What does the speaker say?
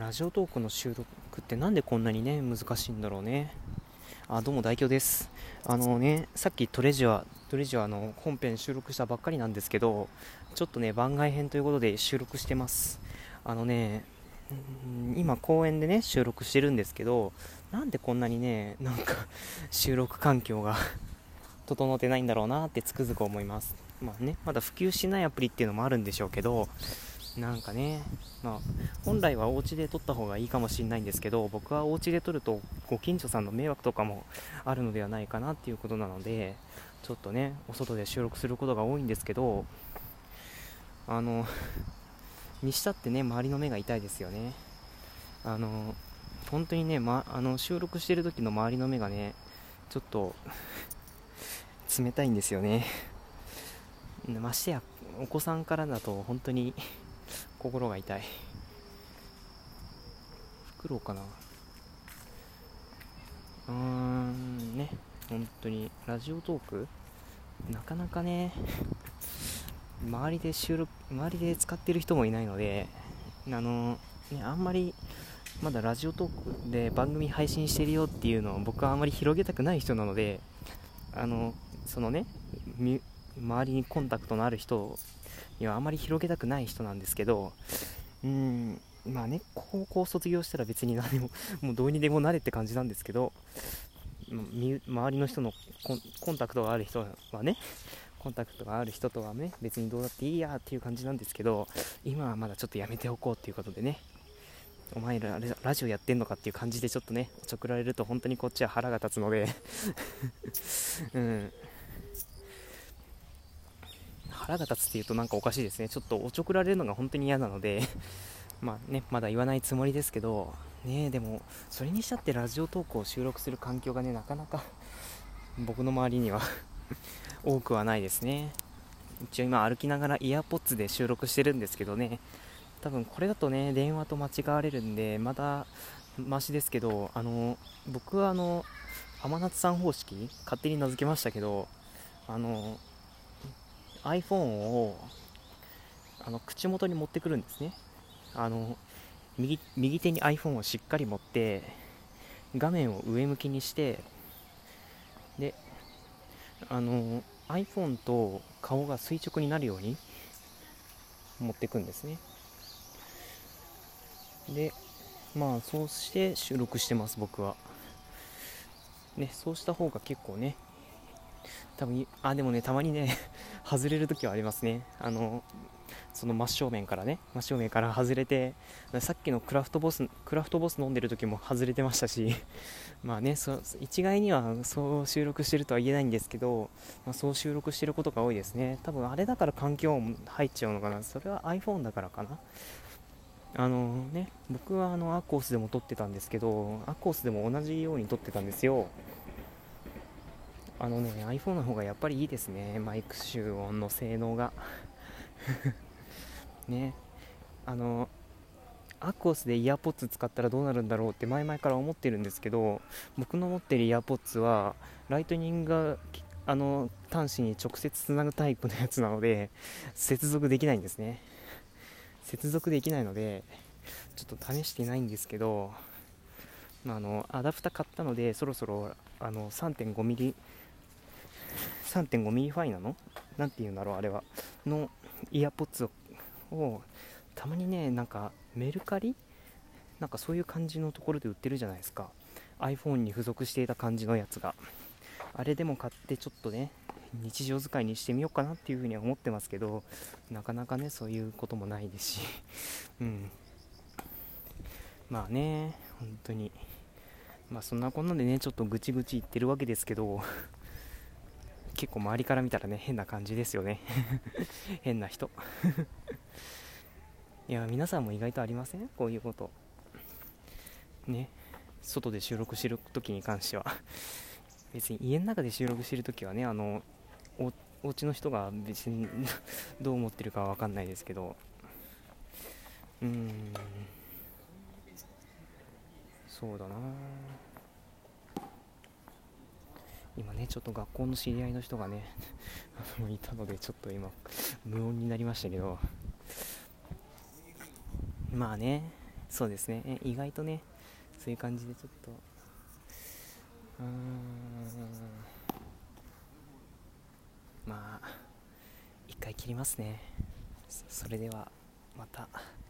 ラジオトークの収録ってなんでこんなにね難しいんだろうね。どうも代表です。さっきトレジュアの本編収録したばっかりなんですけど、ちょっとね番外編ということで収録してます。今公園でね収録してるんですけど、なんでこんなにね収録環境が整ってないんだろうなってつくづく思います。まだ普及しないアプリっていうのもあるんでしょうけど、なんかね、本来はお家で撮った方がいいかもしれないんですけど、僕はお家で撮るとご近所さんの迷惑とかもあるのではないかなっていうことなので、ちょっとねお外で収録することが多いんですけど、にしたってね周りの目が痛いですよね。本当にね、収録してる時の周りの目がねちょっと冷たいんですよね。ましてやお子さんからだと本当に心が痛い。作ろうかな。ね、本当にラジオトークなかなかね周りで使ってる人もいないので、あんまりまだラジオトークで番組配信してるよっていうのを僕はあんまり広げたくない人なので、そのね周りにコンタクトのある人にはあまり広げたくない人なんですけど、高校卒業したら別に何ももうどうにでもなれって感じなんですけど、周りの人のコンタクトがある人はねコンタクトがある人とはね別にどうだっていいやっていう感じなんですけど、今はまだちょっとやめておこうっていうことでね、お前らラジオやってんのかっていう感じでちょっとねおちょくられると本当にこっちは腹が立つので腹が立つっていうとなんかおかしいですね。ちょっとおちょくられるのが本当に嫌なのでまだ言わないつもりですけどね。でもそれにしたってラジオトークを収録する環境がねなかなか僕の周りには多くはないですね。一応今歩きながらイヤーポッツで収録してるんですけどね、多分これだとね電話と間違われるんでまだマシですけど、僕は天夏さん方式勝手に名付けましたけど、iPhone を口元に持ってくるんですね。あの右手に iPhone をしっかり持って画面を上向きにして、でiPhone と顔が垂直になるように持っていくんですね。でそうして収録してます僕はね。そうした方が結構ね多分でもねたまにね外れる時はありますね。その真正面から外れて、さっきのクラフトボス飲んでる時も外れてましたし一概にはそう収録してるとは言えないんですけど、そう収録してることが多いですね。多分あれだから環境音入っちゃうのかな。それは iPhone だからかな。僕はアコースでも撮ってたんですけど、アコースでも同じように撮ってたんですよ。iPhone の方がやっぱりいいですね、マイク集音の性能がね。アコースでイヤーポッツ使ったらどうなるんだろうって前々から思ってるんですけど、僕の持ってるイヤーポッツはライトニングが端子に直接つなぐタイプのやつなので接続できないんですね。接続できないのでちょっと試していないんですけど、アダプタ買ったのでそろそろ3.5ミリファイなのなんていうんだろうあれはのイヤーポッツをたまにねメルカリそういう感じのところで売ってるじゃないですか。 iPhone に付属していた感じのやつが、あれでも買ってちょっとね日常使いにしてみようかなっていうふうには思ってますけど、なかなかねそういうこともないですし本当にそんなこんなんでねちょっとぐちぐち言ってるわけですけど結構周りから見たらね変な感じですよね変な人いや皆さんも意外とありませんこういうことね。外で収録してる時に関しては別に家の中で収録してる時はねお家の人が別にどう思ってるかは分かんないですけど、そうだな。今ねちょっと学校の知り合いの人がねいたのでちょっと今無音になりましたけど、 そうですね、意外とね、そういう感じでちょっと、まあ一回切りますね。それではまた。